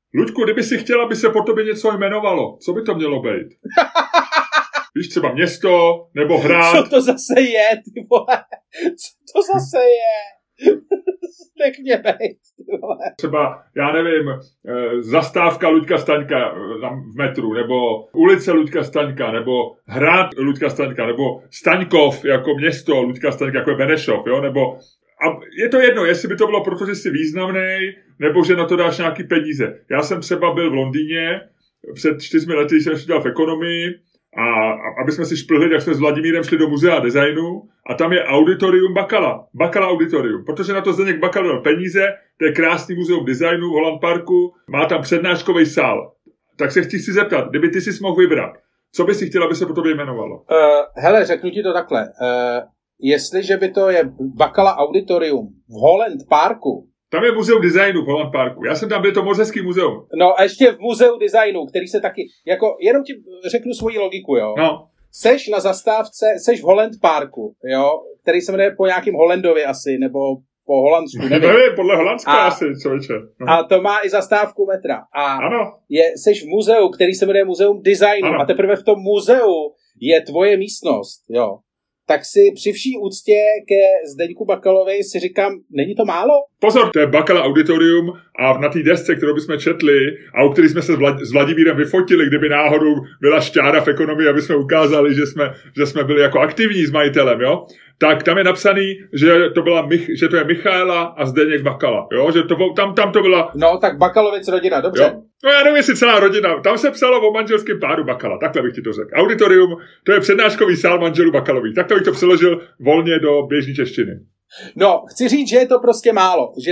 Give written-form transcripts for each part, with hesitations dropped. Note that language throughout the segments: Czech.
Luďku, kdyby si chtěla, aby se po tobě něco jmenovalo, co by to mělo být? Víš, třeba město, nebo hrad. Co to zase je, ty vole? Co to zase je? Pěkně bejt, ty vole. Třeba, já nevím, zastávka Luďka Staňka v metru, nebo ulice Luďka Staňka, nebo hrad Luďka Staňka, nebo Staňkov jako město Luďka Staňka, jako je Benešov, jo, nebo... A je to jedno, jestli by to bylo proto, že jsi významný, nebo že na to dáš nějaký peníze. Já jsem třeba byl v Londýně, před 4 lety jsem studoval v ekonomii, a aby jsme si šplhli, tak jsme s Vladimírem šli do muzea designu a tam je auditorium Bakala auditorium, protože na to Zdeněk Bakala dal peníze, to je krásný muzeum designu v Holland Parku, má tam přednáškový sál. Tak se chci si zeptat, kdyby ty si mohl vybrat, co by si chtěl, aby se po tobě jmenovalo? Hele, řeknu ti to takhle. Jestliže by to je Bakala auditorium v Holland Parku, tam je muzeum designu v Holland Parku. Já jsem tam byl, to moc hezký muzeum. No a ještě v muzeu designu, který se taky, jako, jenom ti řeknu svoji logiku, jo. No. Seš na zastávce, seš v Holland Parku, jo, který se jmenuje po nějakým Holandovi asi, nebo po Holandsku, nevím. Nevím, podle Holandska asi, člověče. No. A to má i zastávku metra. A ano. Seš v muzeu, který se jmenuje Muzeum designu, ano. A teprve v tom muzeu je tvoje místnost, jo. Tak si při vší úctě ke Zdeňku Bakalovi si říkám, není to málo? Pozor, to je Bakala auditorium a na té desce, kterou bychom četli a u který jsme se s Vladimírem vyfotili, kdyby náhodou byla šťára v ekonomii, aby jsme ukázali, že jsme byli jako aktivní s majitelem, jo? Tak tam je napsaný, že to je Michaela a Zdeněk Bakala, jo? Že tam to byla... No, tak Bakalovic rodina, dobře. Jo? No já nevím, jestli celá rodina. Tam se psalo o manželském páru Bakala, takhle bych ti to řekl. Auditorium, to je přednáškový sál manželů Bakalových. Takhle bych to přeložil volně do běžné češtiny. No, chci říct, že je to prostě málo. Že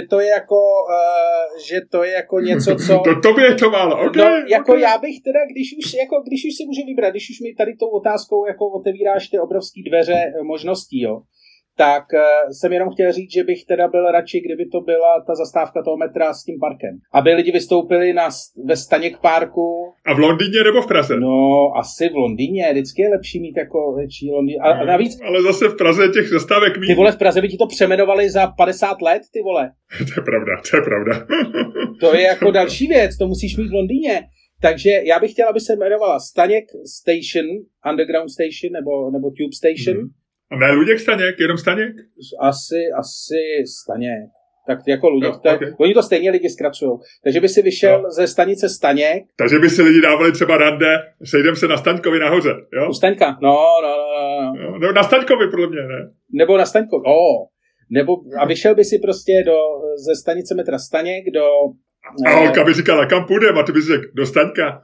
to je jako něco, co... Tobě je to málo, okay, no, jako okay. Já bych teda, když už si můžu vybrat, když už mi tady tou otázkou jako otevíráš ty obrovský dveře možností, jo, tak jsem jenom chtěl říct, že bych teda byl radši, kdyby to byla ta zastávka toho metra s tím parkem. Aby lidi vystoupili ve Staněk Parku. A v Londýně nebo v Praze? No, asi v Londýně. Vždycky je lepší mít jako větší Londýn. A navíc... Ale zase v Praze těch zastávek mít. Ty vole, v Praze by ti to přemenovali za 50 let, ty vole. To je pravda. To je jako další věc, to musíš mít v Londýně. Takže já bych chtěl, aby se jmenovala Staněk Station, Underground Station nebo Tube Station. A ne Luděk Staněk, jenom Staněk? Asi Staněk. Tak jako Luděk, no, okay. Oni to stejně lidi zkracujou. Takže by si vyšel ze stanice Staněk. Takže by si lidi dávali třeba rande, sejdem se na Staňkovi nahoře, jo? U Staňka, no. No, na Staňkovi, podle mě, ne? Nebo na Staňkovi, a vyšel by si prostě ze stanice metra Staněk do... A holka by říkala, kam půjdem? A ty by si řekl, do Staňka.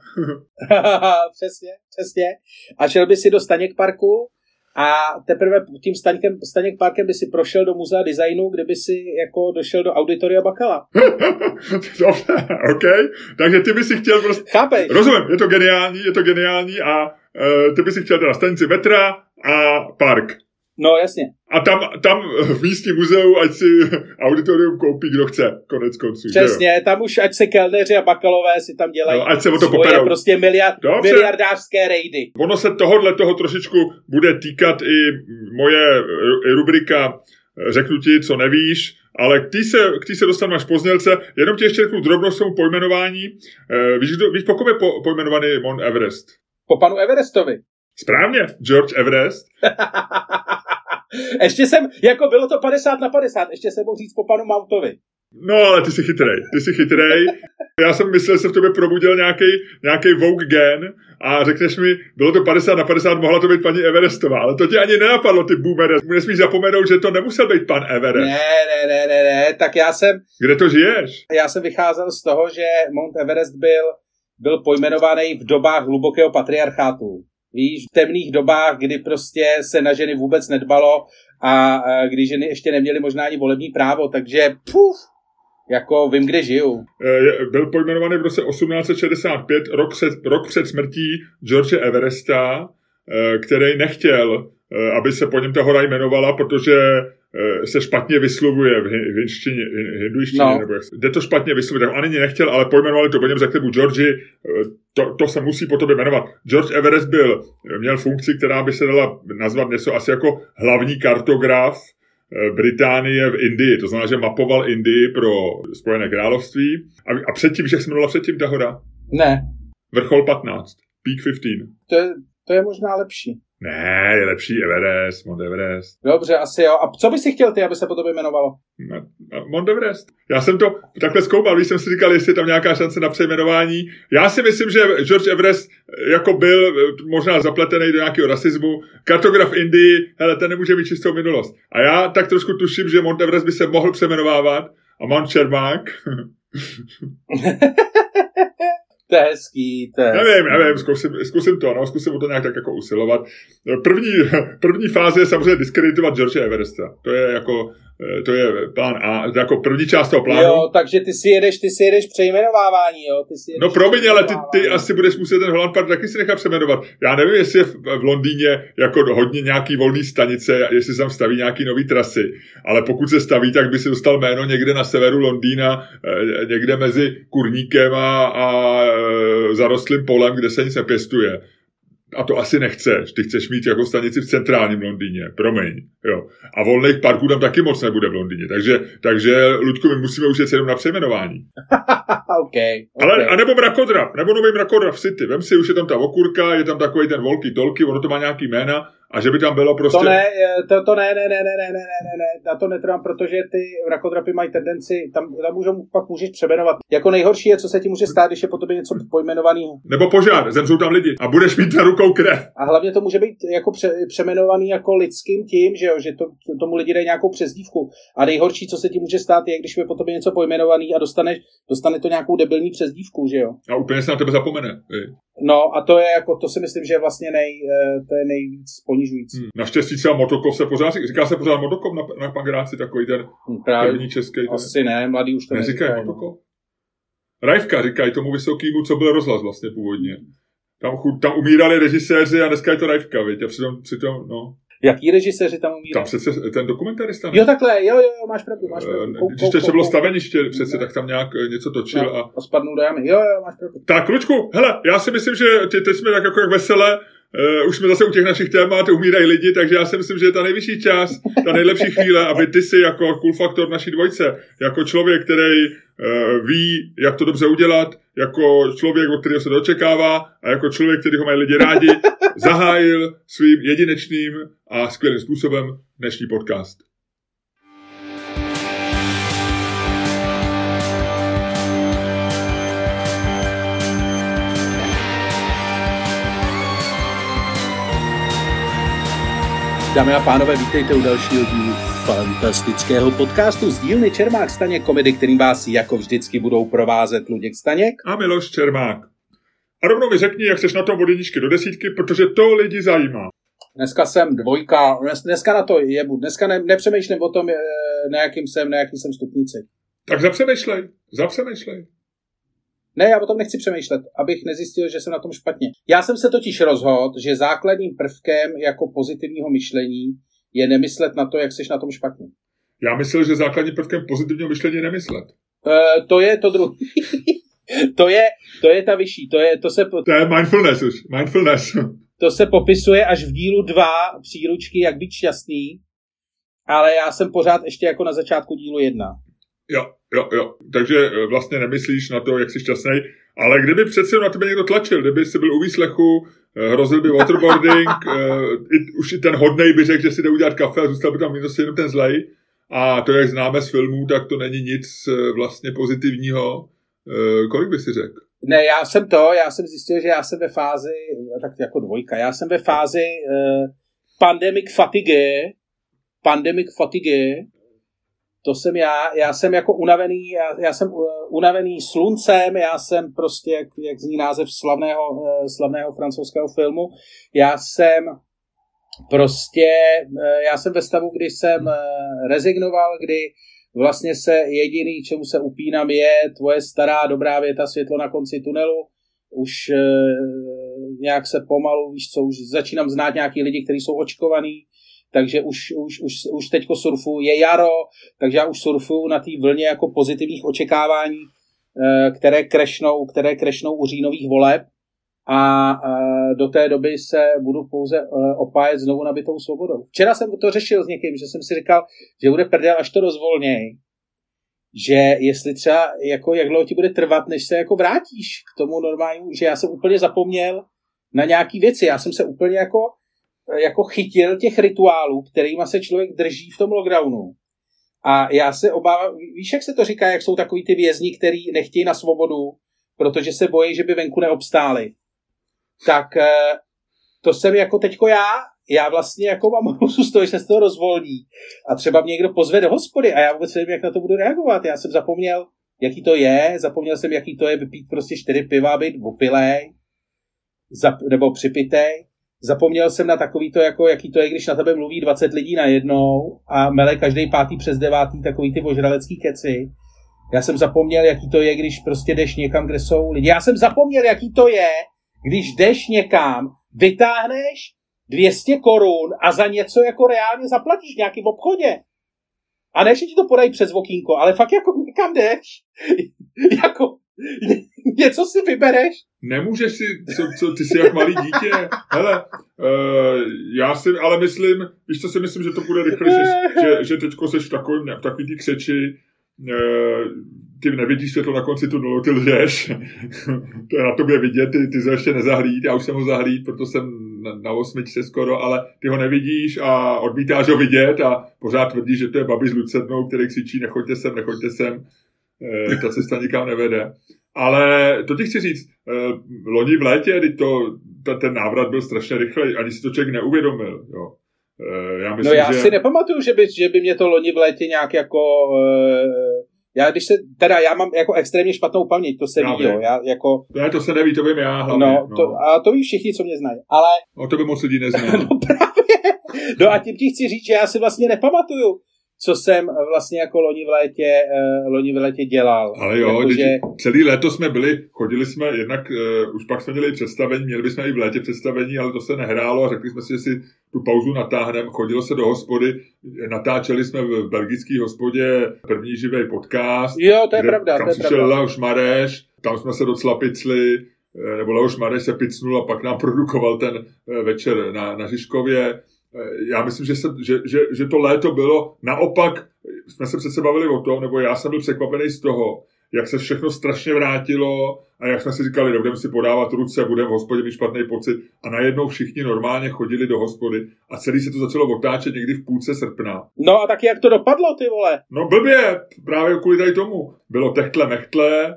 Přesně. A šel by si do Staněk Parku a teprve tím Staněk Parkem by si prošel do muzea designu, kde by si jako došel do auditoria Bakala. Dobře, OK. Takže ty by si chtěl prostě... Chápej. Rozumím, je to geniální a ty by si chtěl teda stanici metra a park. No, jasně. A tam v místní muzeu, ať si auditorium koupí, kdo chce, konec konců. Přesně, tam už ať se kelneři a bakalové si tam dělají ať se o to poperou. Prostě miliardářské rejdy. Ono se toho trošičku bude týkat i moje rubrika Řeknu ti, co nevíš, ale k tý se dostanu až pozdělce. Jenom ti ještě řeknu drobnost tomu pojmenování. Víš, po kom je pojmenovaný Mount Everest? Po panu Everestovi. Správně, George Everest. Ještě jako bylo to 50/50, ještě jsem mohl říct po panu Mountovi. No, ale ty jsi chytrej. Já jsem myslel, že se v tobě probudil nějaký Vogue gen a řekneš mi, bylo to 50/50, mohla to být paní Everestová, ale to ti ani nenapadlo, ty boomere. Nesmíš zapomenout, že to nemusel být pan Everest. Ne, tak já jsem... Kde to žiješ? Já jsem vycházel z toho, že Mount Everest byl pojmenovaný v dobách hlubokého patriarchátu. Víš, v temných dobách, kdy prostě se na ženy vůbec nedbalo a kdy ženy ještě neměly možná ani volební právo, takže jako vím, kde žiju. Byl pojmenovaný v roce 1865, rok před smrtí George Everesta, který nechtěl, aby se po něm ta hora jmenovala, protože se špatně vyslovuje v hinduištině, no. Nebo kde to špatně vyslovuje, tak on ani nechtěl, ale pojmenovali to po něm, řekli mu Georgi, to se musí po tobě jmenovat. George Everest měl funkci, která by se dala nazvat něco asi jako hlavní kartograf, Británie v Indii. To znamená, že mapoval Indii pro Spojené království. A předtím, jak se jmenovala předtím ta hora? Ne. Vrchol 15. Peak 15. To je možná lepší. Ne, je lepší Everest, Mount Everest. Dobře, asi jo. A co by si chtěl ty, aby se po tobě jmenovalo? Mount Everest. Já jsem to takhle zkoumal, když jsem si říkal, jestli je tam nějaká šance na přejmenování. Já si myslím, že George Everest jako byl možná zapletený do nějakého rasismu. Kartograf Indii, hele, ten nemůže mít čistou minulost. A já tak trošku tuším, že Mount Everest by se mohl přejmenovávat a Mount Čermák. To je hezký, Nevím, zkusím o to nějak tak jako usilovat. První fáze je samozřejmě diskreditovat George Everesta. To je plán A, jako první část toho plánu. Jo, takže ty si jedeš přejmenovávání, jo? No promiň, ale ty asi budeš muset ten Holland Park taky si nechat přejmenovat. Já nevím, jestli je v Londýně jako hodně nějaký volný stanice, jestli se tam staví nějaký nový trasy, ale pokud se staví, tak by si dostal jméno někde na severu Londýna, někde mezi kurníkem a zarostlým polem, kde se nic nepěstuje. A to asi nechceš. Ty chceš mít jako stanici v centrálním Londýně. Promiň. Jo. A volných parků tam taky moc nebude v Londýně. Takže Luďku, my musíme už jet jenom na přejmenování. Okay. Ale, a nebo mrakodrap. Nebo nový mrakodrap City. Vem si, už je tam ta okurka, je tam takový ten walkie-talkie, ono to má nějaký jména. A že by tam bylo prostě... To ne, na to netrvám, protože ty mrakodrapy mají tendenci, tam pak můžeš přemenovat. Jako nejhorší je, co se ti může stát, když je po tobě něco pojmenovaného. Nebo požár, zemřou tam lidi a budeš mít na rukou krev. A hlavně to může být jako přemenovaný jako lidským tím, že tomu lidi dají nějakou přezdívku. A nejhorší, co se ti může stát, je, když je po tobě něco pojmenovaný a dostane to nějakou debilní přezdívku, že jo. A úplně se na tebe zapomene. No a to si myslím, že je vlastně to je nejvíc ponižující. Naštěstí třeba Motokov se pořád říká se pořád Motokov na Pangráci, takový ten první český. Asi ne, mladý už to neříkají Motokov. Rajvka říkají tomu vysokýmu, co byl rozhlas vlastně původně. Tam umírali režiséři a dneska je to Rajvka, viď? A přitom, no. Jaký režiséři tam umírali? Tam přece ten dokumentarista. Jo, takhle, jo, máš pravdu. Když to bylo staveniště přece, tak tam nějak něco točil a spadnul do jamy. Jo, máš pravdu. Tak, Luďku, hele, já si myslím, že teď jsme tak jako jak veselé, už jsme zase u těch našich témat, umírají lidi, takže já si myslím, že je ta nejvyšší čas, ta nejlepší chvíle, aby ty si jako cool faktor naší dvojce, jako člověk, který ví, jak to dobře udělat, jako člověk, od kterého se to očekává a jako člověk, který ho mají lidi rádi, zahájil svým jedinečným a skvělým způsobem dnešní podcast. Dámy a pánové, vítejte u dalšího dílu fantastického podcastu z dílny Čermák Staněk komedy, kterým vás jako vždycky budou provázet Luděk Staněk a Miloš Čermák. A rovnou mi řekni, jak seš na tom od 1 do 10, protože to lidi zajímá. Dneska jsem 2, dneska na to jebu, dneska nepřemýšlím o tom, na jakým jsem stupnici. Tak zapřemýšlej. Ne, já o tom nechci přemýšlet, abych nezjistil, že jsem na tom špatně. Já jsem se totiž rozhodl, že základním prvkem jako pozitivního myšlení je nemyslet na to, jak seš na tom špatně. Já myslel, že základním prvkem pozitivního myšlení je nemyslet. To je to druhé. to je ta vyšší. To je mindfulness už. Mindfulness. To se popisuje až v dílu 2 příručky, jak být šťastný, ale já jsem pořád ještě jako na začátku dílu 1. Jo. Takže vlastně nemyslíš na to, jak jsi šťastný, ale kdyby přece na tebe někdo tlačil, kdyby jsi byl u výslechu, hrozil by waterboarding, už i ten hodnej by řekl, že si jde udělat kafe a zůstal by tam jenom ten zlej. A to, jak známe z filmů, tak to není nic vlastně pozitivního. Kolik by si řekl? Ne, já jsem zjistil, že já jsem ve fázi, tak jako 2, já jsem ve fázi pandemic fatigue. To jsem já jsem jako unavený, já jsem unavený sluncem, já jsem prostě, jak zní název slavného francouzského filmu, já jsem ve stavu, kdy jsem rezignoval, kdy vlastně se jediný, čemu se upínám, je tvoje stará dobrá věta světlo na konci tunelu. Už nějak se pomalu, víš co, už začínám znát nějaký lidi, kteří jsou očkovaný, takže už teďko surfuju, je jaro, takže já už surfuju na té vlně jako pozitivních očekávání, které krešnou u říjnových voleb. a do té doby se budu pouze opájet znovu nabitou svobodou. Včera jsem to řešil s někým, že jsem si říkal, že bude prdel, až to rozvolněj, že jestli třeba, jako jak dlouho ti bude trvat, než se jako vrátíš k tomu normálnímu, že já jsem úplně zapomněl na nějaký věci, já jsem se úplně jako chytil těch rituálů, kterýma se člověk drží v tom lockdownu. A já se obávám, víš, jak se to říká, jak jsou takový ty vězni, který nechtějí na svobodu, protože se bojí, že by venku neobstáli. Tak to jsem jako teďko já vlastně jako mám hlusu z toho, že se z toho rozvolní a třeba mě někdo pozve do hospody a já vůbec nevím, jak na to budu reagovat. Já jsem zapomněl, jaký to je, zapomněl jsem, jaký to je vypít prostě 4 piva a být opilej, nebo připitej. Zapomněl jsem na takový to, jako jaký to je, když na tebe mluví 20 lidí najednou a mele každý 5. přes 9. takový ty ožralecký keci. Já jsem zapomněl, jaký to je, když prostě jdeš někam, kde jsou lidi. Já jsem zapomněl, jaký to je, když jdeš někam, vytáhneš 200 korun a za něco jako reálně zaplatíš v nějakém obchodě. A ne, že ti to podají přes okýnko, ale fakt jako někam jdeš. Jako něco si vybereš. Nemůžeš si, ty jsi jak malý dítě. Hele, já si ale myslím, víš co si myslím, že to bude rychle, že teďko seš v takový ty křeči, ty nevidíš světlo na konci tunelu, ty lžeš. To je na tobě vidět, ty jsi ještě nezahlíd, já už jsem ho zahlíd, proto jsem na 8 skoro, ale ty ho nevidíš a odmítáš ho vidět a pořád tvrdíš, že to je babi s Lucetnou, který křičí nechoďte sem, ta cesta nikam nevede. Ale to ti chci říct, loni v létě, kdy ten návrat byl strašně rychlej, ani si to člověk neuvědomil, jo. Já myslím, já si nepamatuju, že by mě to loni v létě nějak jako... Já mám jako extrémně špatnou paměť, to se ví, jo. To se neví, to vím já hlavně. A to ví všichni, co mě znají, ale... O to by moc lidí neznal. No právě. No a tím ti chci říct, že já si vlastně nepamatuju, co jsem vlastně jako loni v létě dělal. Ale jo, celý léto jsme chodili jsme, jednak už pak jsme měli představení, měli bychom i v létě představení, ale to se nehrálo a řekli jsme si, že si tu pauzu natáhneme, chodilo se do hospody, natáčeli jsme v belgické hospodě první živý podcast. Jo, to je pravda. Tam přišel Leoš Mareš, tam jsme se docela picli, nebo Leoš Mareš se picnul a pak nám produkoval ten večer na Žižkově. Já myslím, že to léto bylo, naopak jsme se přece bavili o tom, nebo já jsem byl překvapený z toho, jak se všechno strašně vrátilo a jak jsme si říkali, nebudeme si podávat ruce, budeme v hospodě mít špatný pocit a najednou všichni normálně chodili do hospody a celý se to začalo otáčet někdy v půlce srpna. No a taky jak to dopadlo, ty vole? No blbě, právě kvůli tady tomu. Bylo techtle mechtle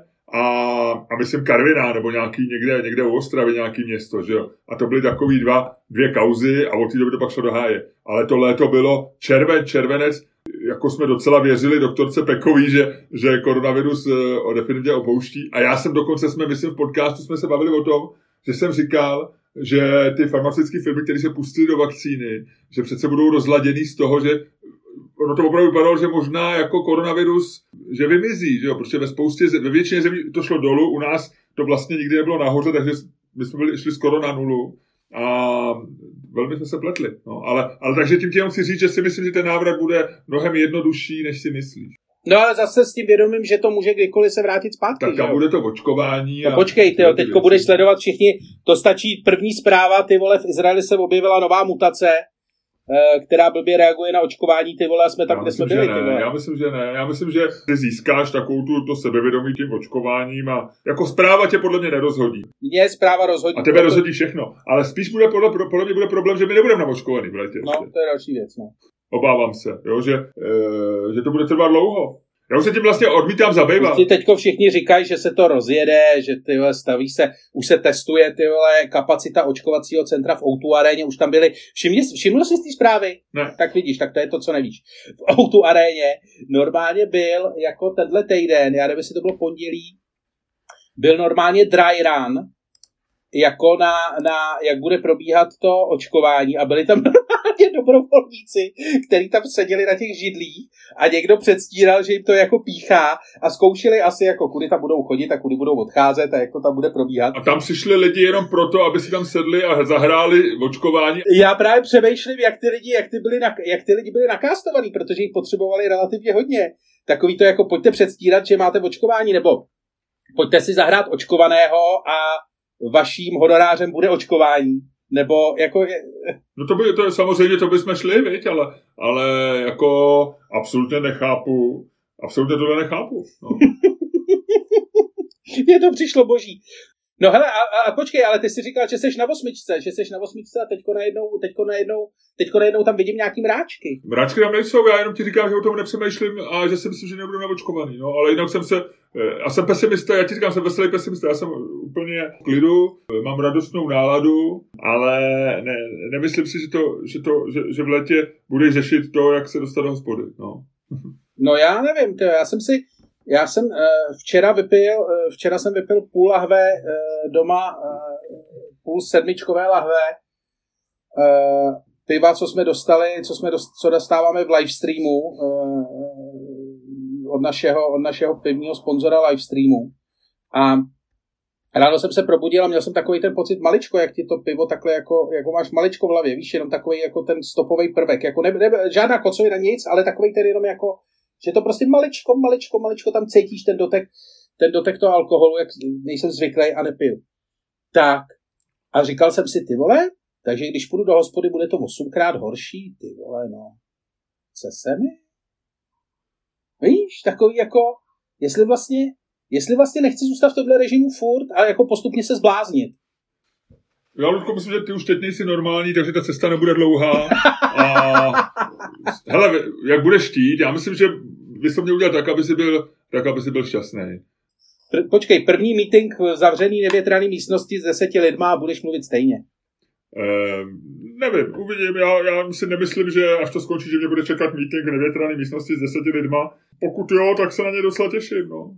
a myslím Karviná, nebo někde u Ostravy nějaký město, že jo. A to byly takový dvě kauzy a od té doby to pak šlo do háje. Ale to léto bylo červenec, jako jsme docela věřili doktorce Pekový, že koronavirus definitivně opouští. A já jsem dokonce, myslím v podcastu jsme se bavili o tom, že jsem říkal, že ty farmaceutické firmy, které se pustily do vakcíny, že přece budou rozladěný z toho, že ono to opravdu vypadalo, že možná jako koronavirus, že vymizí, že jo, protože ve většině zemí to šlo dolů, u nás to vlastně nikdy nebylo nahoře, takže my jsme šli skoro na nulu a velmi jsme se pletli, no, ale takže tím jenom chci říct, že si myslím, že ten návrat bude mnohem jednodušší, než si myslíš. No ale zase s tím vědomím, že to může kdykoliv se vrátit zpátky. Tak tam bude to očkování. No počkej, tyjo, teďko budeš sledovat všichni, to stačí první zpráva, ty vole, v Izraeli se objevila nová mutace, která blbě reaguje na očkování, ty vole, a jsme tam, kde jsme byli. Já myslím, že ne. Já myslím, že ty získáš takovou to sebevědomí tím očkováním a jako zpráva tě podle mě nerozhodí. Mě zpráva rozhodí. A tebe rozhodí všechno. Ale spíš bude podle mě bude problém, že my nebudeme naočkovaný v létě. No, to je další věc, no. Obávám se, jo, že to bude trvat dlouho. Já už se tím vlastně odmítám zabývat. Už teďko všichni říkají, že se to rozjede, že tyhle staví se, už se testuje tyhle kapacita očkovacího centra v O2 aréně, už tam byli, všiml jsi z té zprávy? Ne. Tak vidíš, tak to je to, co nevíš. V O2 aréně normálně byl jako tenhle týden, já nevím, jestli to bylo pondělí, byl normálně dry run, jako jak bude probíhat to očkování a byli tam normálně dobrovolníci, kteří tam seděli na těch židlích a někdo předstíral, že jim to jako píchá a zkoušeli asi jako kudy tam budou chodit a kudy budou odcházet a jak to tam bude probíhat. A tam přišli lidi jenom proto, aby si tam sedli a zahráli očkování. Já právě přemýšlím, jak ty lidi byli nakástovaní, protože jich potřebovali relativně hodně. Takový to jako pojďte předstírat, že máte očkování, nebo pojďte si zahrát očkovaného a vaším honorářem bude očkování. Nebo jako... No to samozřejmě to bychom šli, viď, ale jako absolutně nechápu. Absolutně tohle nechápu. No. Mně to přišlo boží. No hele, a počkej, ale ty jsi říkal, že seš na osmičce a teďko najednou tam vidím nějaký mráčky. Mráčky tam nejsou, já jenom ti říkám, že o tom nepřemýšlím a že si myslím, že nebudu naočkovaný, no, ale jinak jsem pesimista, já ti říkám, jsem veselý pesimista, já jsem úplně v klidu, mám radostnou náladu, ale nemyslím si, že v létě budeš řešit to, jak se dostat do hospody, no. No já nevím, já jsem včera jsem vypil půl lahve doma, půl sedmičkové lahve piva, co dostáváme v livestreamu od našeho pivního sponzora livestreamu. A ráno jsem se probudil a měl jsem takový ten pocit maličko, jak ti to pivo takhle jako máš maličko v hlavě, víš, jenom takový jako ten stopový prvek, jako ne, žádná kocovina nic, ale takový ten jenom jako že to prostě maličko tam cítíš ten dotek toho alkoholu, jak nejsem zvyklý a nepiju. Tak. A říkal jsem si, ty vole, takže když půjdu do hospody, bude to 8krát horší, ty vole, no. Co se mi? Víš, takový jako, jestli vlastně nechci zůstat v tomhle režimu furt, ale jako postupně se zbláznit. Já, Ludko, myslím, že ty už teď nejsi normální, takže ta cesta nebude dlouhá. A hele, jak budeš chtít, já myslím, že bys to měl udělat tak, aby si byl šťastný. Počkej, první meeting v zavřený nevětraný místnosti s 10 lidma a budeš mluvit stejně. Nevím, uvidím, já si nemyslím, že až to skončí, že mě bude čekat meeting v nevětraný místnosti s 10 lidma. Pokud jo, tak se na ně docela těším, no.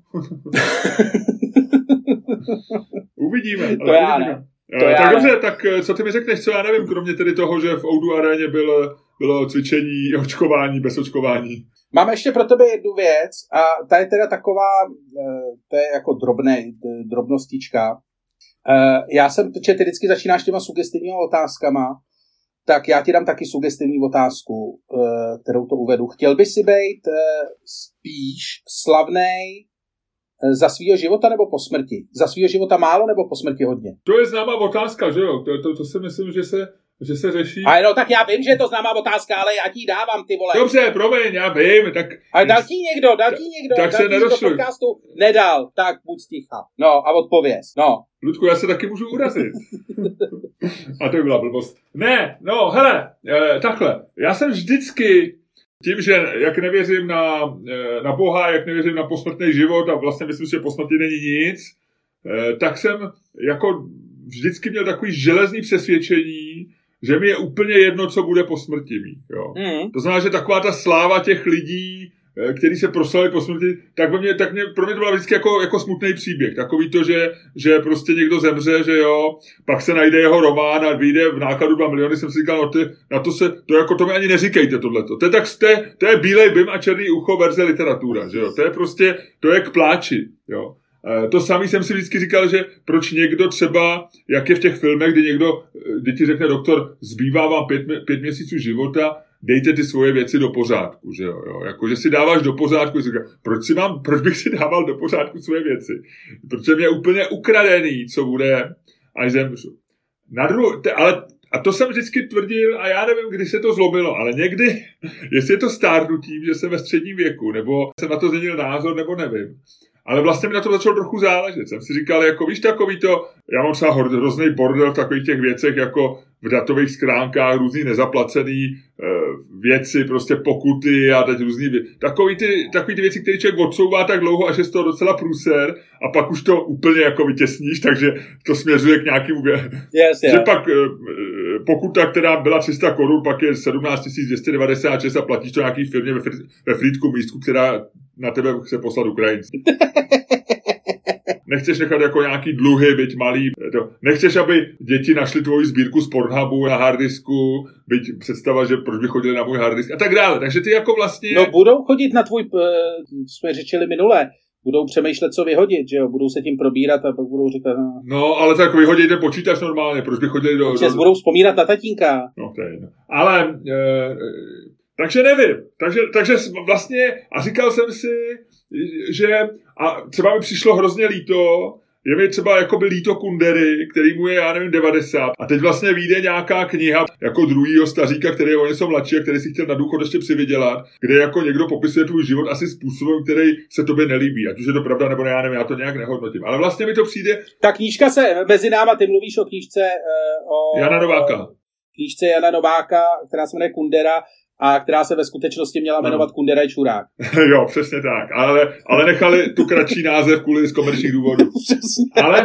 Uvidíme. To já ne. Tak dobře, tak co ty mi řekneš, co já nevím, kromě tedy toho, že v O2 aréně bylo cvičení, očkování, bez očkování. Mám ještě pro tebe jednu věc a ta je teda taková, to je jako drobnostička. Já jsem, protože ty vždycky začínáš těma sugestivníma otázkama, tak já ti dám taky sugestivní otázku, kterou to uvedu. Chtěl by si být spíš slavnej za svýho života nebo po smrti? Za svýho života málo nebo po smrti hodně? To je známá otázka, že jo? To si myslím, že se řeší. A no, tak já vím, že je to známá otázka, ale já ti dávám, ty vole. Dobře, promiň, já vím, tak... Ale dal ti někdo. Tak se nedošli. Nedal, tak buď ticha. No a odpověz, no. Ludku, já se taky můžu urazit. A to by byla blbost. Ne, no, hele, takhle. Já jsem vždycky tím, že jak nevěřím na Boha, jak nevěřím na posmrtný život a vlastně myslím, že po smrti není nic, tak jsem jako vždycky měl takový železný přesvědčení, že mi je úplně jedno, co bude po smrti mít. Jo. To znamená, že taková ta sláva těch lidí, kteří se proslavili po smrti, pro mě to byla vždycky jako smutný příběh. Takový to, že prostě někdo zemře, že jo, pak se najde jeho román a vyjde v nákladu 2 miliony, jsem si říkal, to mi ani neříkejte tohleto. To je bílej bym a černý ucho verze literatura, že jo. To je k pláči, jo. To samý jsem si vždycky říkal, že proč někdo třeba, jak je v těch filmech, kdy ti řekne doktor, zbývá vám 5 měsíců života, dejte ty svoje věci do pořádku, že jo. Jako, že si dáváš do pořádku, proč bych si dával do pořádku svoje věci? Protože mě je úplně ukradený, co bude, až zemřu. A to jsem vždycky tvrdil a já nevím, kdy se to zlomilo, ale někdy, jestli je to stárnutím, že jsem ve středním věku, nebo jsem na to změnil názor, nebo nevím. Ale vlastně mi na to začalo trochu záležet. Jsem si říkal, jako víš, takový to, já mám třeba hrozný bordel v takových těch věcech, jako v datových skránkách, různý nezaplacený věci, prostě pokuty a teď různý takový ty věci, které člověk odsouvá tak dlouho, až je z toho docela průser a pak už to úplně jako vytěsníš, takže to směřuje k nějakému že pak pokuta, která byla 300 korun, pak je 17 296 a platíš to nějaký firmě ve Frýdku místku, která na tebe chce poslat Ukrajinci. Nechceš nechat jako nějaký dluhy, byť malý. Nechceš, aby děti našly tvoji sbírku z Pornhubu na harddisku, byť představa, že proč by chodili na můj harddisk a tak dále. Takže ty jako vlastně... No budou chodit na tvůj, jsme řečili minule, budou přemýšlet, co vyhodit, že jo? Budou se tím probírat a pak budou říkat... No, ale tak vyhodit ten počítač normálně, proč by chodili do... Budou vzpomínat na tatínka. No, to je jedno. Ale... Takže nevím. Takže vlastně, a říkal jsem si, že a třeba mi přišlo hrozně líto, je mi třeba jakoby líto Kundery, který mu je, já nevím, 90. A teď vlastně vyjde nějaká kniha jako druhýho staříka, který je o něco mladší a který si chtěl na důchod ještě přivydělat, kde jako někdo popisuje tvůj život asi způsobem, který se tobě nelíbí. Ať už je to pravda nebo ne, já nevím, já to nějak nehodnotím. Ale vlastně mi to přijde... Ta knížka se mezi náma, ty mluvíš o knížce o Jana Nováka. Knížce Jana Nováka, která se jmenuje Kundera, a která se ve skutečnosti měla jmenovat Kundera je čurák. Jo, přesně tak. Ale nechali tu kratší název kvůli z komerčních důvodů. Ale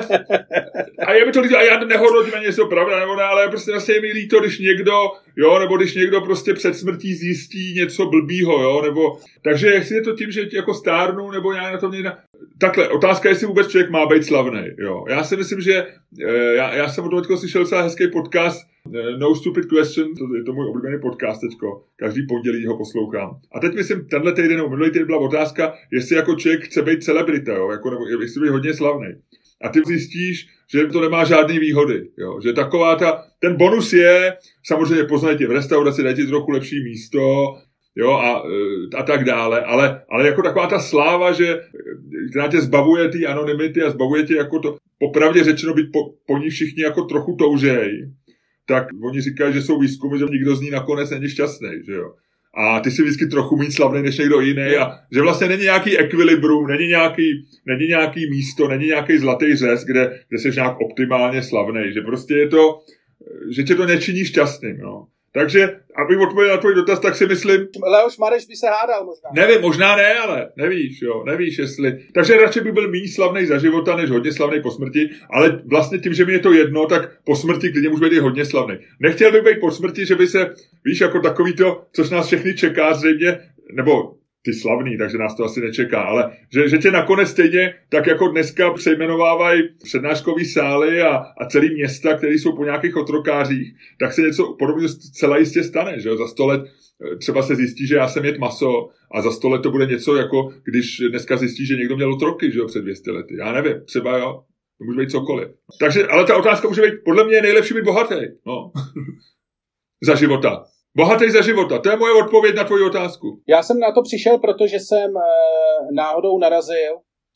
a je mi to líto, a já nehodnotím ani, jestli to pravda nebo ne, ale prostě vlastně je mi líto, když někdo, jo, nebo když někdo prostě před smrtí zjistí něco blbýho, jo, nebo takže jestli je to tím, že jako stárnu, nebo nějak na to mě... Takhle, otázka je, jestli vůbec člověk má být slavný, jo. Já si myslím, že já jsem od toho teďko slyšel docela hezký podcast No Stupid Question, to je to můj oblíbený podcast teďko, každý pondělí ho poslouchám. A teď myslím, tenhle týden nebo minulý týden byla otázka, jestli jako člověk chce být celebrita, jo, jako, nebo jestli být hodně slavný. A ty zjistíš, že to nemá žádný výhody, jo, že taková ten bonus je, samozřejmě poznají tě v restauraci, dají ti trochu lepší místo, jo, a tak dále, ale jako taková ta sláva, že která tě zbavuje té anonymity a zbavuje tě jako to, popravdě řečeno být po ní všichni jako trochu toužej, tak oni říkají, že jsou výzkumy, že nikdo z ní nakonec není šťastný, že jo. A ty si vždycky trochu méně slavný než někdo jiný a že vlastně není nějaký ekvilibrum, není nějaký místo, není nějaký zlatý řez, kde jsi nějak optimálně slavný, že prostě je to, že tě to nečiní šťastným, no. Takže, abych odpověděl na tvůj dotaz, tak si myslím... Leoš Mareš by se hádal možná. Nevím, možná ne, ale nevíš, jestli... Takže radši by byl méně slavnej za života, než hodně slavnej po smrti, ale vlastně tím, že mi je to jedno, tak po smrti klidně může být i hodně slavnej. Nechtěl bych být po smrti, že by se, víš, jako takový to, což nás všechny čeká zřejmě, nebo ty slavný, takže nás to asi nečeká, ale že tě nakonec stejně, tak jako dneska přejmenovávají přednáškový sály a celý města, které jsou po nějakých otrokářích, tak se něco podobného celá jistě stane, že jo? Za 100 let třeba se zjistí, že já jsem jet maso a za 100 let to bude něco jako, když dneska zjistí, že někdo měl otroky, že jo, před 200 lety. Já nevím, třeba jo, to může být cokoliv. Takže, ale ta otázka může být, podle mě je nejlepší být bohatý, no. Za života. Bohatý za života, to je moje odpověď na tvoji otázku. Já jsem na to přišel, protože jsem náhodou narazil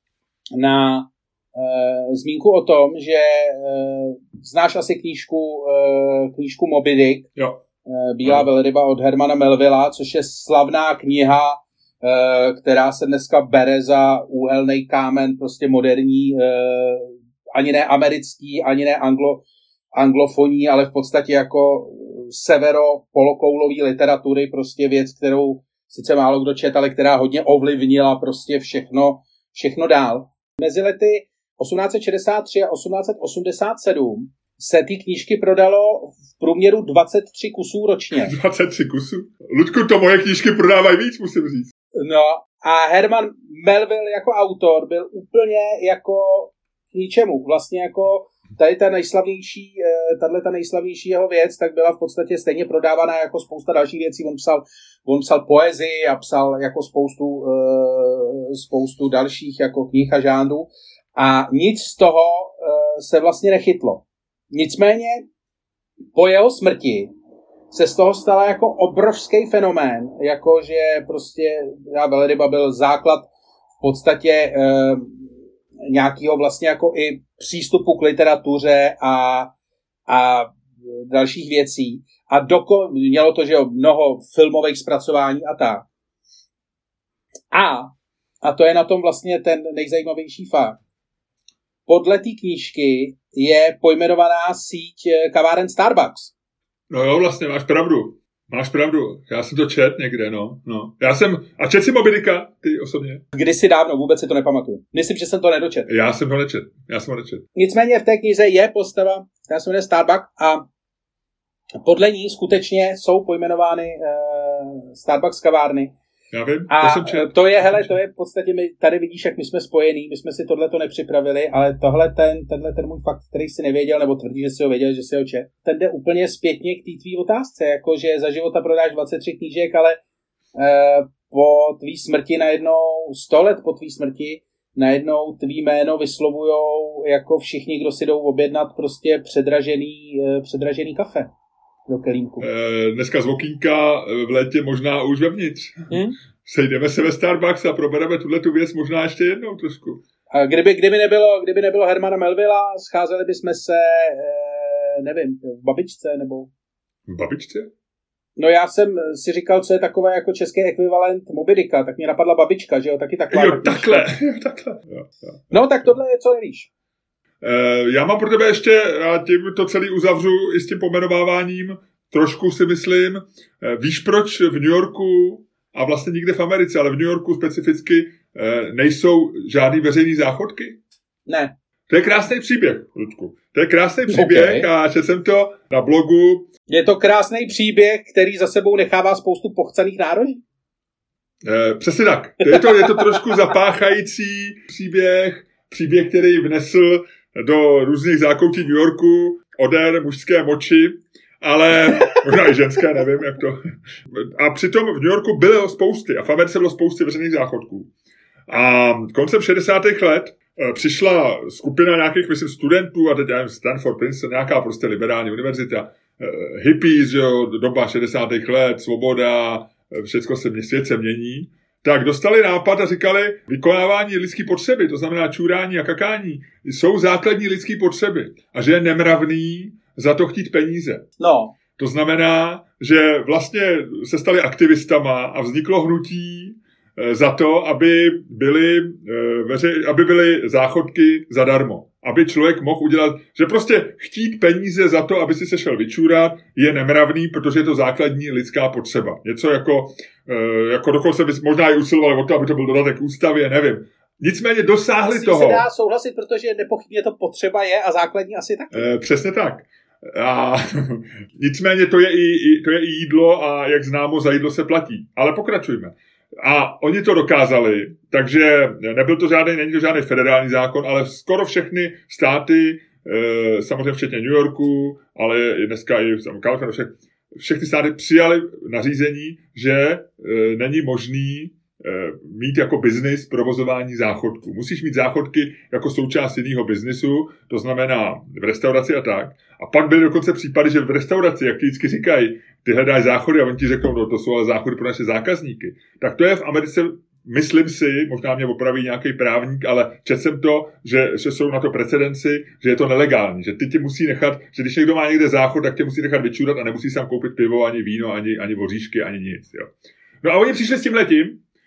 na zmínku o tom, že znáš asi knížku Moby Dick, jo. Bílá velryba od Hermana Melvilla, což je slavná kniha, která se dneska bere za úhelný kámen, prostě moderní, ani ne americký, ani ne anglofonní, ale v podstatě jako severo-polokoulový literatury, prostě věc, kterou sice málo kdo čet, ale která hodně ovlivnila prostě všechno dál. Mezi lety 1863 a 1887 se ty knížky prodalo v průměru 23 kusů ročně. 23 kusů? Ludku, to moje knížky prodávají víc, musím říct. No a Herman Melville jako autor byl úplně jako k ničemu. Vlastně jako ta nejslavnější jeho věc, tak byla v podstatě stejně prodávaná jako spousta dalších věcí. On psal poezii a psal jako spoustu dalších jako knih a žánrů a nic z toho se vlastně nechytlo. Nicméně po jeho smrti se z toho stala jako obrovský fenomén, jakože prostě velryba byl základ v podstatě nějakého vlastně jako i přístupu k literatuře a dalších věcí. A mělo to, že jo, mnoho filmových zpracování a tak. A to je na tom vlastně ten nejzajímavější fakt. Podle té knížky je pojmenovaná síť kaváren Starbucks. No jo, vlastně, máš pravdu. Já jsem to čet někde, no. A čet si Moby Dicka, ty osobně? Kdysi dávno, vůbec si to nepamatuju. Myslím, že jsem to nedočet. Já jsem ho nečet. Nicméně v té knize je postava, která se jmenuje Starbucks a podle ní skutečně jsou pojmenovány Starbucks kavárny. Já vím, to je v podstatě, tady vidíš, jak my jsme spojení, my jsme si tohleto nepřipravili, ale tenhle ten můj fakt, který si nevěděl, nebo tvrdí, že si ho věděl, že si ho čet, ten jde úplně zpětně k té tvý otázce, jakože za života prodáš 23 knížek, ale po tvý smrti najednou, 100 let po tvý smrti, najednou tvý jméno vyslovujou jako všichni, kdo si jdou objednat prostě předražený kafe do kelímku. Dneska z okýnka, v létě možná už vevnitř. Sejdeme se ve Starbucks a probereme tu věc možná ještě jednou trošku. A kdyby nebylo Hermana Melvilla, scházeli bychom se, nevím, v Babičce nebo... V Babičce? No já jsem si říkal, co je takové jako český ekvivalent Moby Dicka, tak mě napadla Babička, že jo, taky taková. Jo, takhle. Jo. No tak tohle je, co nevíš. Já mám pro tebe ještě, a tím to celý uzavřu i s tím pomenováváním, trošku si myslím, víš proč v New Yorku a vlastně nikde v Americe, ale v New Yorku specificky nejsou žádný veřejný záchodky? Ne. To je krásný příběh, Ludku. To je krásný příběh okay. A četl jsem to na blogu. Je to krásný příběh, který za sebou nechává spoustu pochcaných nároží? Přesně tak. Je to trošku zapáchající příběh, který vnesl do různých zákoutí New Yorku odér mužské moči, ale možná i ženské, nevím, jak to. A přitom v New Yorku bylo spousty a v Americe bylo spousty veřejných záchodků. A koncem 60. let přišla skupina nějakých, myslím, studentů, a teď já Stanford, Princeton, nějaká prostě liberální univerzita, hippies, jo, doba 60. let, svoboda, všecko svět se mění, tak dostali nápad a říkali, vykonávání lidský potřeby, to znamená čurání a kakání, jsou základní lidský potřeby a že je nemravný za to chtít peníze. No. To znamená, že vlastně se stali aktivistama a vzniklo hnutí za to, aby byly záchodky zadarmo. Aby člověk mohl udělat, že prostě chtít peníze za to, aby si se šel vyčůrat, je nemravný, protože je to základní lidská potřeba. Něco jako dokonce by možná i usilovali o to, aby to byl dodatek ústavě, nevím. Nicméně dosáhli asi toho. Se dá souhlasit, protože nepochybně to potřeba je a základní asi taky. Přesně tak. A nicméně to je i jídlo a jak známo, za jídlo se platí. Ale pokračujme. A oni to dokázali, takže není to žádný federální zákon, ale skoro všechny státy, samozřejmě včetně New Yorku, ale dneska i Kalifornie, všechny státy přijali nařízení, že není možný mít jako biznis provozování záchodku. Musíš mít záchodky jako součást jiného biznisu, to znamená v restauraci a tak. A pak byly dokonce případy, že v restauraci, jak ti vždycky říkají, ty hledáš záchody a oni ti řeknou, no to jsou ale záchody pro naše zákazníky. Tak to je v Americe, myslím si, možná mě opraví nějaký právník, ale četl jsem to, že jsou na to precedenci, že je to nelegální, že ty tě musí nechat, že když někdo má někde záchod, tak tě musí nechat vyčurat a nemusí sám koupit pivo, ani víno, ani voříšky, ani nic. Jo. No a oni přišli s tímhletím,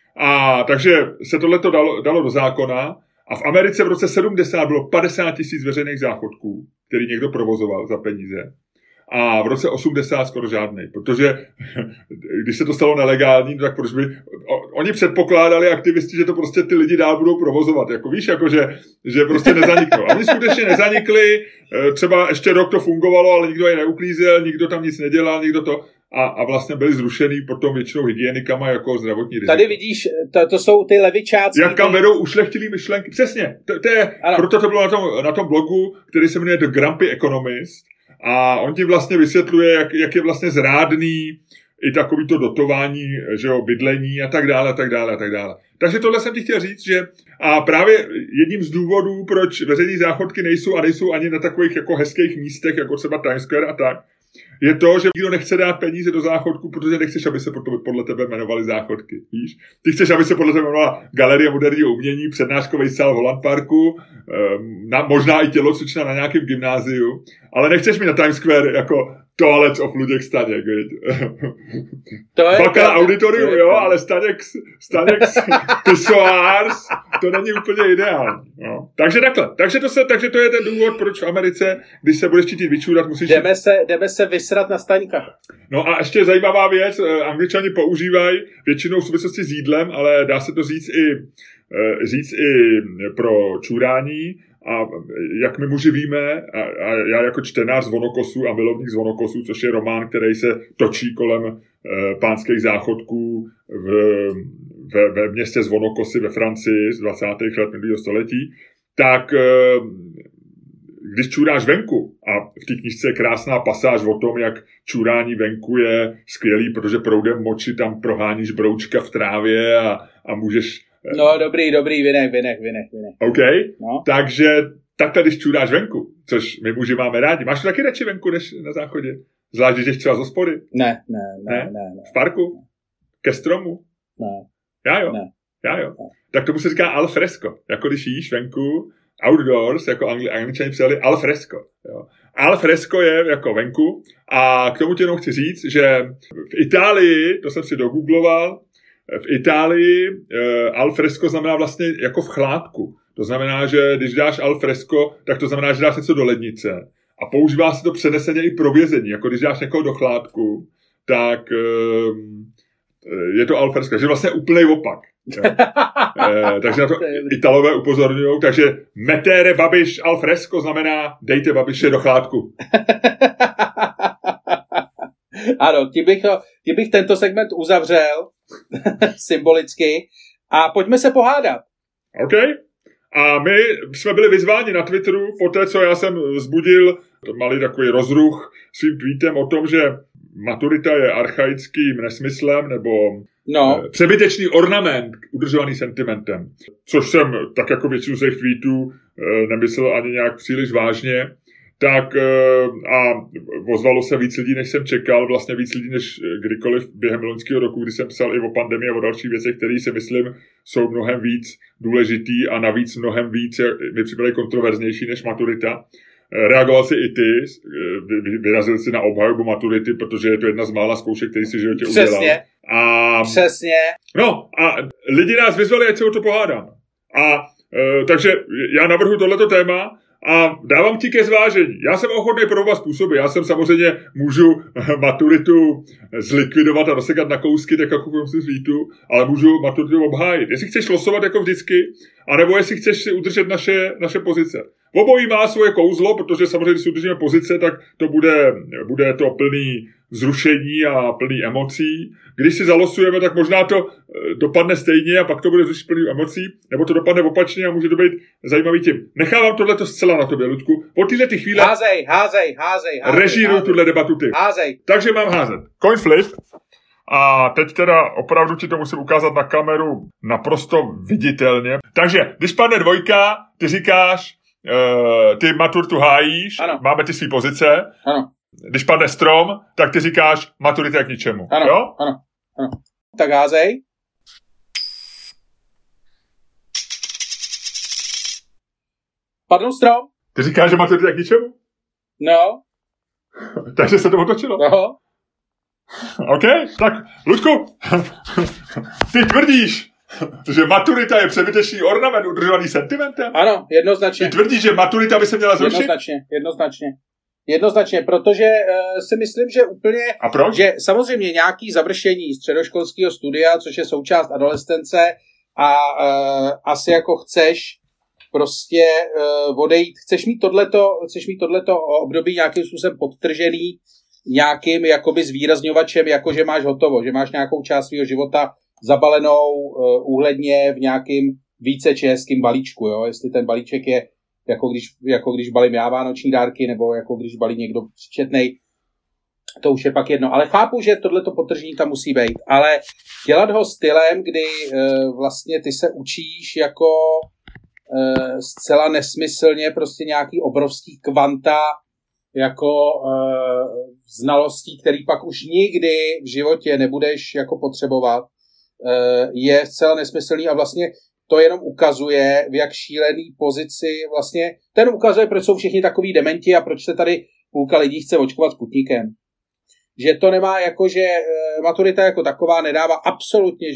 a takže se tohleto dalo do zákona a v Americe v roce 70 bylo 50 000 veřejných záchodků, který někdo provozoval za peníze. A v roce 80 skoro žádnej, protože když se to stalo nelegální, tak proč by... Oni předpokládali aktivisti, že to prostě ty lidi dál budou provozovat. Jako víš, jako že prostě nezaniknou. A oni skutečně nezanikli, třeba ještě rok to fungovalo, ale nikdo je neuklízel, nikdo tam nic nedělal, nikdo to... A vlastně byli zrušený potom většinou hygienikama jako zdravotní riziko. Tady vidíš, to jsou ty levičáci. Jak kam vedou ušlechtilý myšlenky. Přesně. Proto to bylo na tom blogu, který se jmenuje The Grumpy Economist. A on ti vlastně vysvětluje, jak je vlastně zrádný i takovýto dotování, že jo, bydlení a tak dále, a tak dále, a tak dále. Takže tohle jsem ti chtěl říct, že a právě jedním z důvodů, proč veřejné záchodky nejsou ani na takových jako hezkých místech, jako třeba Times Square a tak, je to, že nikdo nechce dát peníze do záchodku, protože nechceš, aby se podle tebe jmenovaly záchodky. Víš? Ty chceš, aby se podle tebe jmenovala Galerie moderního umění, přednáškový sál v Holland Parku, možná i tělocvična na nějakém gymnáziu, ale nechceš mi na Times Square jako Toilets of Luděk Staněk, viď? Bakala auditorium, jo, ale Staněk Pissoirs, to není úplně ideální. No. Takže takhle. Takže to je ten důvod, proč v Americe, když se budeš chtít vyčůrat, musíš... Jdeme se vysrat na Staňka. No a ještě zajímavá věc, Angličani používají většinou v souvislosti s jídlem, ale dá se to říct i pro čůrání. A jak my muži víme, a já jako čtenář Zvonokosu a milovník Zvonokosu, což je román, který se točí kolem pánských záchodků ve městě Zvonokosy ve Francii z 20. let minulého století, tak když čůráš venku, a v té knížce je krásná pasáž o tom, jak čůrání venku je skvělý, protože proudem moči tam proháníš broučka v trávě a můžeš... No, dobrý, vynech. OK, no. Takže takhle, když čůráš venku, což my muži máme rádi. Máš to taky radši venku, než na záchodě? Zvlášť, když jdeš třeba z hospody? Ne. V parku? Ke stromu? Ne. Já jo? Ne. Jo. Tak tomu se říká al fresco. Jako když jíš venku, outdoors, jako Angličani přijali al fresco. Jo. Al fresco je jako venku a k tomu ti jenom chci říct, že v Itálii, to jsem si dogoogloval, v Itálii al fresco znamená vlastně jako v chládku. To znamená, že když dáš al fresco, tak to znamená, že dáš něco do lednice. A používá se to přeneseně i pro vězení. Jako když dáš někoho do chládku, tak je to al fresco. Takže vlastně úplný opak. Takže na to Italové upozorňují. Takže metere Babiš al fresco znamená dejte Babiše do chládku. Ano, tím bych tento segment uzavřel symbolicky a pojďme se pohádat. OK. A my jsme byli vyzváni na Twitteru po té, co já jsem vzbudil malý takový rozruch svým tweetem o tom, že maturita je archaickým nesmyslem nebo přebytečný ornament udržovaný sentimentem. Což jsem tak jako většinu z těch tweetů nemyslel ani nějak příliš vážně. Tak a ozvalo se víc lidí, než jsem čekal, vlastně víc lidí, než kdykoliv během loňského roku, kdy jsem psal i o pandemii a o dalších věcech, které si myslím jsou mnohem víc důležitý a navíc mnohem víc mi připadají kontroverznější než maturita. Reagoval si i ty, vyrazil si na obhajobu maturity, protože je to jedna z mála zkoušek, který si v životě udělal. Přesně. No a lidi nás vyzvali, ať se o to pohádám. A takže já navrhu tohleto téma a dávám ti ke zvážení. Já jsem ochotný pro oba způsoby. Já jsem samozřejmě můžu maturitu zlikvidovat a rozsekat na kousky, tak jako v svítu, ale můžu maturitu obhájit. Jestli chceš losovat jako vždycky, anebo jestli chceš si udržet naše pozice. Obojí má svoje kouzlo, protože samozřejmě, když si udržíme pozice, tak to bude to plný vzrušení a plný emocí. Když si zalosujeme, tak možná to dopadne stejně a pak to bude vzrušit plný emocí, nebo to dopadne opačně a může to být zajímavý tím. Nechávám tohleto zcela na tobě, Ludku. Od téhle ty chvíle házej. Režíruj tuhle debatu ty. Házej. Takže mám házet. Coin flip. A teď teda opravdu ti to musím ukázat na kameru naprosto viditelně. Takže, když padne dvojka, ty říkáš, ty maturitu hájíš, ano. Máme ty svý pozice. Ano. Když padne strom, tak ty říkáš, maturita je k ničemu. Ano, jo? Ano. Tak házej. Padl strom. Ty říkáš, že maturita je k ničemu? No. Takže se to otočilo. No. OK, tak Ludku, ty tvrdíš, že maturita je přebytečný ornament udržovaný sentimentem? Ano, jednoznačně. Ty tvrdíš, že maturita by se měla zrušit? Jednoznačně, protože si myslím, že úplně... A proč? Že samozřejmě nějaký završení středoškolského studia, což je součást adolescence a asi jako chceš prostě odejít, chceš mít tohleto období nějakým způsobem podtržený nějakým jakoby zvýrazňovačem, jako že máš hotovo, že máš nějakou část svého života zabalenou úhledně v nějakým více českým balíčku, jo? Jestli ten balíček je jako když balím já vánoční dárky, nebo jako když balí někdo příčetnej, to už je pak jedno. Ale chápu, že tohleto podtržení tam musí být. Ale dělat ho stylem, kdy vlastně ty se učíš jako zcela nesmyslně prostě nějaký obrovský kvanta jako znalostí, který pak už nikdy v životě nebudeš jako potřebovat, je zcela nesmyslný a vlastně to jenom ukazuje, v jak šílený pozici vlastně, to jenom ukazuje, proč jsou všichni takový dementi a proč se tady půlka lidí chce očkovat Sputnikem. Že to nemá jako, že maturita jako taková nedává absolutně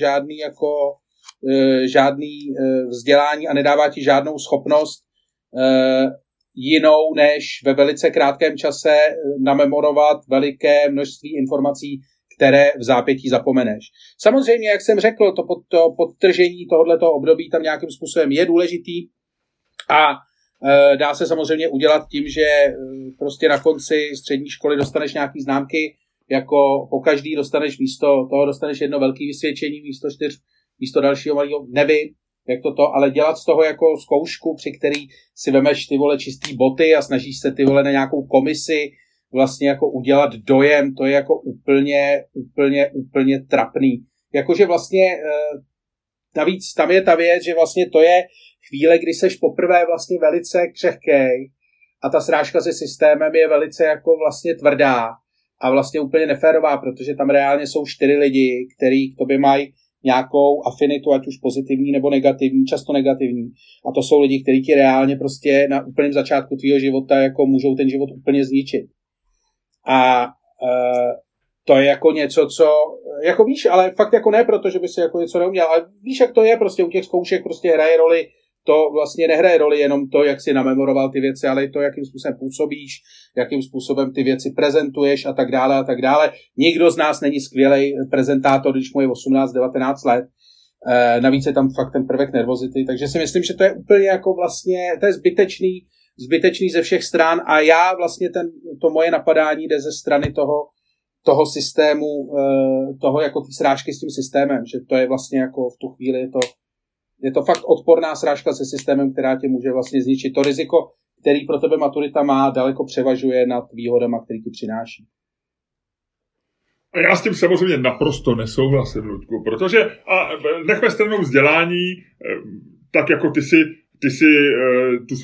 žádný vzdělání a nedává ti žádnou schopnost jinou, než ve velice krátkém čase namemorovat veliké množství informací, které v zápětí zapomeneš. Samozřejmě, jak jsem řekl, to podtržení tohoto období tam nějakým způsobem je důležitý a dá se samozřejmě udělat tím, že prostě na konci střední školy dostaneš nějaký známky, jako pokaždý dostaneš dostaneš jedno velké vysvědčení, místo dalšího malého, nevím, jak ale dělat z toho jako zkoušku, při který si vemeš ty vole čistý boty a snažíš se ty vole na nějakou komisi vlastně jako udělat dojem, to je jako úplně trapný. Jakože vlastně navíc tam je ta věc, že vlastně to je chvíle, kdy seš poprvé vlastně velice křehkej a ta srážka se systémem je velice jako vlastně tvrdá a vlastně úplně neférová, protože tam reálně jsou 4 lidi, který k tobě mají nějakou afinitu, ať už pozitivní nebo negativní, často negativní. A to jsou lidi, kteří ti reálně prostě na úplném začátku tvýho života jako můžou ten život úplně zničit. A to je jako něco, co, jako víš, ale fakt jako ne proto, že by si jako něco neuměl, ale víš, jak to je prostě u těch zkoušek, prostě hraje roli, to vlastně nehraje roli jenom to, jak si namemoroval ty věci, ale i to, jakým způsobem působíš, jakým způsobem ty věci prezentuješ a tak dále a tak dále. Nikdo z nás není skvělý prezentátor, když mu je 18-19 let. Navíc je tam fakt ten prvek nervozity, takže si myslím, že to je úplně jako vlastně, to je zbytečný ze všech stran a já vlastně to moje napadání jde ze strany toho systému, toho jako ty srážky s tím systémem, že to je vlastně jako v tu chvíli je to fakt odporná srážka se systémem, která tě může vlastně zničit. To riziko, který pro tebe maturita má, daleko převažuje nad výhodama, který ti přináší. A já s tím samozřejmě naprosto nesouhlasím, Ludku, protože a nechme stranou vzdělání, tak jako ty si tu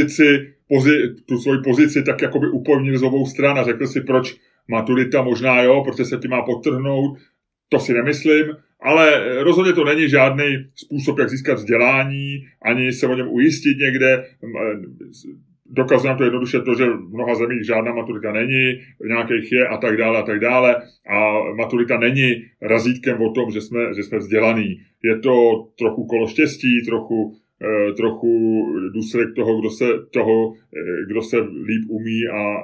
svoji pozici tak jakoby upevnil z obou stran a řekl si, proč maturita možná jo, protože se ti má podtrhnout, to si nemyslím, ale rozhodně to není žádný způsob, jak získat vzdělání, ani se o něm ujistit někde. Dokazuje nám to jednoduše to, že v mnoha zemích žádná maturita není, v nějakých je a tak dále a tak dále. A maturita není razítkem o tom, že jsme vzdělaný. Je to trochu kolo štěstí, trochu důsledek toho, kdo se líp umí a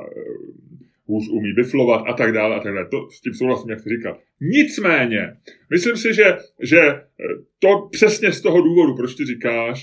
hůř umí biflovat a tak dále a tak dále. To s tím souhlasím, jak jsi říkal. Nicméně, myslím si, že to přesně z toho důvodu, proč ty říkáš,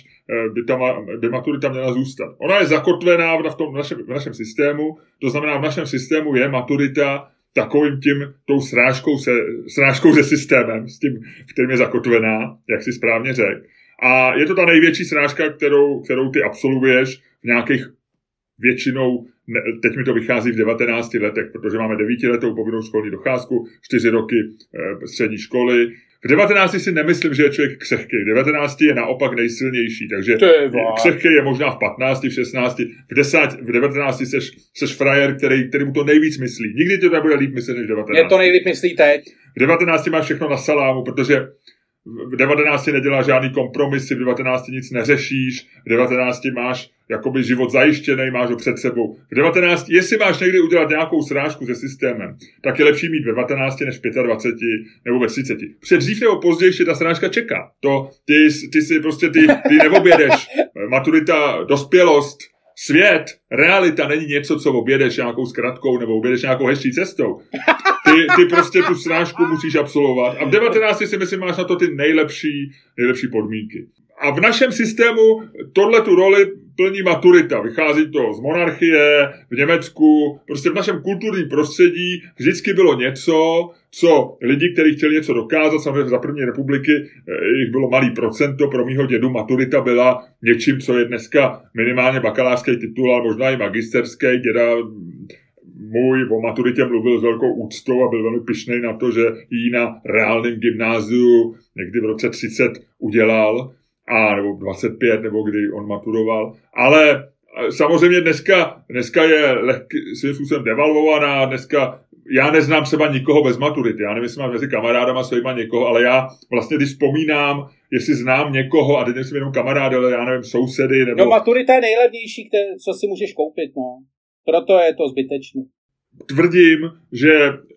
by maturita měla zůstat. Ona je zakotvená v našem systému, to znamená, v našem systému je maturita takovým tou srážkou se systémem, s tím, kterým je zakotvená, jak si správně řekl. A je to ta největší srážka, kterou ty absolvuješ v nějakých většinou, teď mi to vychází v 19 letech, protože máme 9letou povinnou školní docházku, 4 roky střední školy. V 19 si nemyslím, že je člověk křehký. V 19 je naopak nejsilnější, takže křehký je možná v 15, v 16, v 19 seš frajer, který mu to nejvíc myslí. Nikdy to nebude líp myslet než v 19. Je to nejlíp myslí teď. V 19 máš všechno na salámu, protože v 19 neděláš žádný kompromisy, v 19 nic neřešíš, v 19 máš jakoby život zajištěný, máš ho před sebou. V 19, jestli máš někdy udělat nějakou srážku se systémem, tak je lepší mít ve 19 než 25 nebo ve 30. Předřív nebo později ta srážka čeká. To ty si prostě ty neobjedeš. Maturita, dospělost, svět, realita není něco, co objedeš nějakou zkratkou nebo objedeš nějakou hezčí cestou. Ty prostě tu srážku musíš absolvovat. A v 19 si myslím, máš na to ty nejlepší podmínky. A v našem systému tu roli plní maturita. Vychází to z monarchie, v Německu, prostě v našem kulturním prostředí vždycky bylo něco, co lidi, kteří chtěli něco dokázat, samozřejmě za první republiky jich bylo malý procento, pro mýho dědu maturita byla něčím, co je dneska minimálně bakalářský titul, ale možná i magisterský. Děda můj o maturitě mluvil s velkou úctou a byl velmi pyšnej na to, že ji na reálném gymnáziu někdy v roce 30 udělal, nebo 25, nebo kdy on maturoval. Ale samozřejmě dneska je svým způsobem devalvovaná, dneska já neznám třeba nikoho bez maturity, já nevím, jestli mám mezi kamarádama svýma někoho, ale já vlastně, když vzpomínám, jestli znám někoho, a teď nejsem jenom kamarád, ale já nevím, sousedy, nebo... No maturita je nejlevnější, co si můžeš koupit, no. Proto je to zbytečné. Tvrdím, že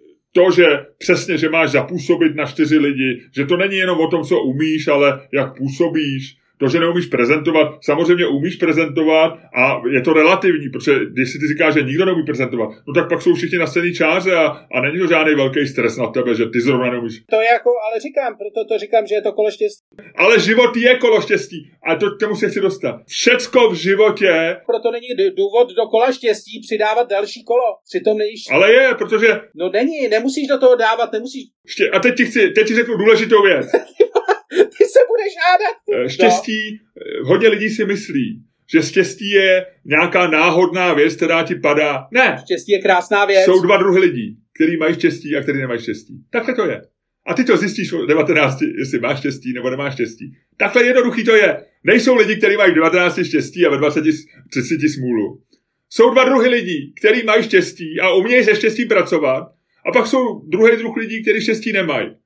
přesně, že máš zapůsobit na 4 lidi, že to není jenom o tom, co umíš, ale jak působíš. To, že neumíš prezentovat, samozřejmě umíš prezentovat a je to relativní, protože když si ty říkáš, že nikdo neumí prezentovat, no tak pak jsou všichni na stejný čáře a není to žádný velký stres na tebe, že ty zrovna neumíš. To je jako, ale říkám, proto to říkám, že je to kolo štěstí. Ale život je kolo štěstí a to k tomu se chci dostat. Všecko v životě. Proto není důvod do kola štěstí přidávat další kolo. Přitom nejíš. Ale je, protože... No nemusíš do toho dávat, nemusíš. A teď ti řeknu důležitou věc. Ty se budeš hádat. Štěstí, hodně lidí si myslí, že štěstí je nějaká náhodná věc, která ti padá. Ne. Štěstí je krásná věc. Jsou 2 druhy lidí, který mají štěstí a který nemají štěstí. Takhle to je. A ty to zjistíš v 19, jestli máš štěstí nebo nemáš štěstí. Takhle jednoduchý to je. Nejsou lidi, kteří mají v 19 štěstí a ve 30 smůlu. Jsou 2 druhy lidí, kteří mají štěstí a umějí se štěstím pracovat. A pak jsou druhý druh lidí, kteří štěstí nemají.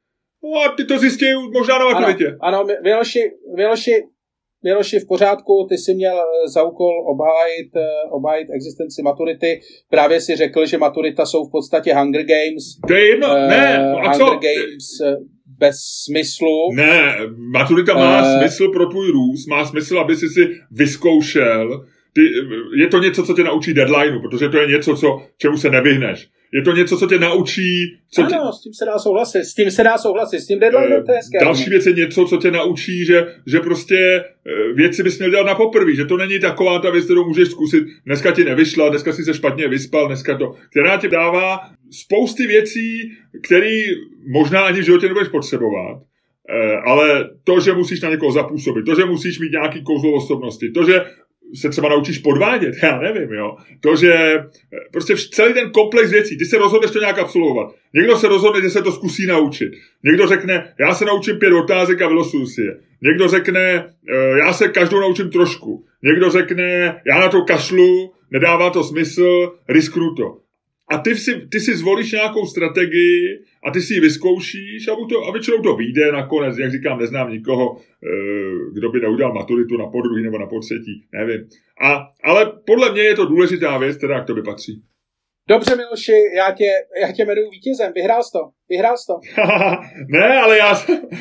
No a ty to zjistí možná na maturitě. Ano, Miloši, v pořádku, ty jsi měl za úkol obhájit existenci maturity. Právě si řekl, že maturita jsou v podstatě Hunger Games. To je jedno, ne. A co? Hunger Games bez smyslu. Ne, maturita má smysl pro tvůj růst, má smysl, aby si vyzkoušel. Je to něco, co tě naučí deadlineu, protože to je něco, čemu se nevyhneš. Je to něco, co tě naučí... S tím se dá souhlasit, s tím deadlineem to je hezké. Další věc je něco, co tě naučí, že prostě věci bys měl dělat na poprvé, že to není taková ta věc, kterou můžeš zkusit, dneska ti nevyšla, dneska si se špatně vyspal, která ti dává spousty věcí, které možná ani v životě nebudeš potřebovat. Ale to, že musíš na někoho zapůsobit, to, že musíš mít nějaký kouzlo osobnosti, to, že se třeba naučíš podvádět, já nevím, jo. To, že prostě celý ten komplex věcí, ty se rozhodneš to nějak absolvovat. Někdo se rozhodne, že se to zkusí naučit. Někdo řekne, já se naučím 5 otázek a vylosuju si je. Někdo řekne, já se každou naučím trošku. Někdo řekne, já na to kašlu, nedává to smysl, risknu to. A ty si zvolíš nějakou strategii a ty si ji vyzkoušíš a většinou to vyjde nakonec, jak říkám, neznám nikoho, kdo by neudělal maturitu na podruhý nebo na potřetí, nevím. Ale podle mě je to důležitá věc, která k tobě patří. Dobře, Miloši, já tě jmenuji vítězem, vyhrál jsi to. Ne, ale já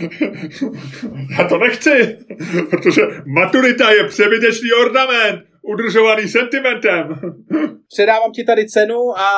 to nechci, protože maturita je přebytečný ornament, udržovaný sentimentem. Předávám ti tady cenu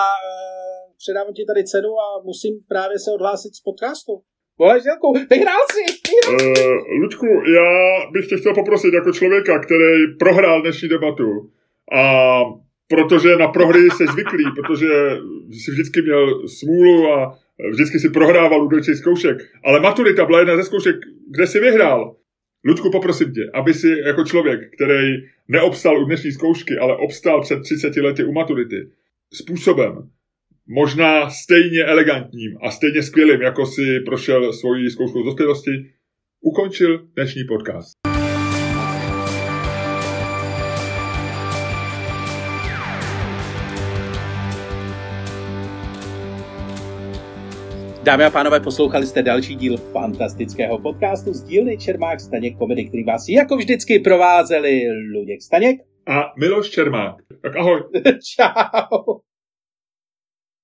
a musím právě se odhlásit z podcastu. Volej, Žilku, vyhrál jsi! Luďku, já bych tě chtěl poprosit jako člověka, který prohrál dnešní debatu. A protože na prohry jsi zvyklý, protože jsi vždycky měl smůlu a vždycky si prohrával u dvojčích zkoušek. Ale maturita byla jedna ze zkoušek, kde jsi vyhrál. Luďku, poprosím tě, aby si jako člověk, který neobstál u dnešní zkoušky, ale obstál před 30 lety u maturity, způsobem možná stejně elegantním a stejně skvělým, jako si prošel svoji zkouškou z dospělosti, ukončil dnešní podcast. Dámy a pánové, poslouchali jste další díl fantastického podcastu z dílny Čermák Staněk Komedy, který vás jako vždycky provázeli Luděk Staněk a Miloš Čermák. Tak ahoj. Čau.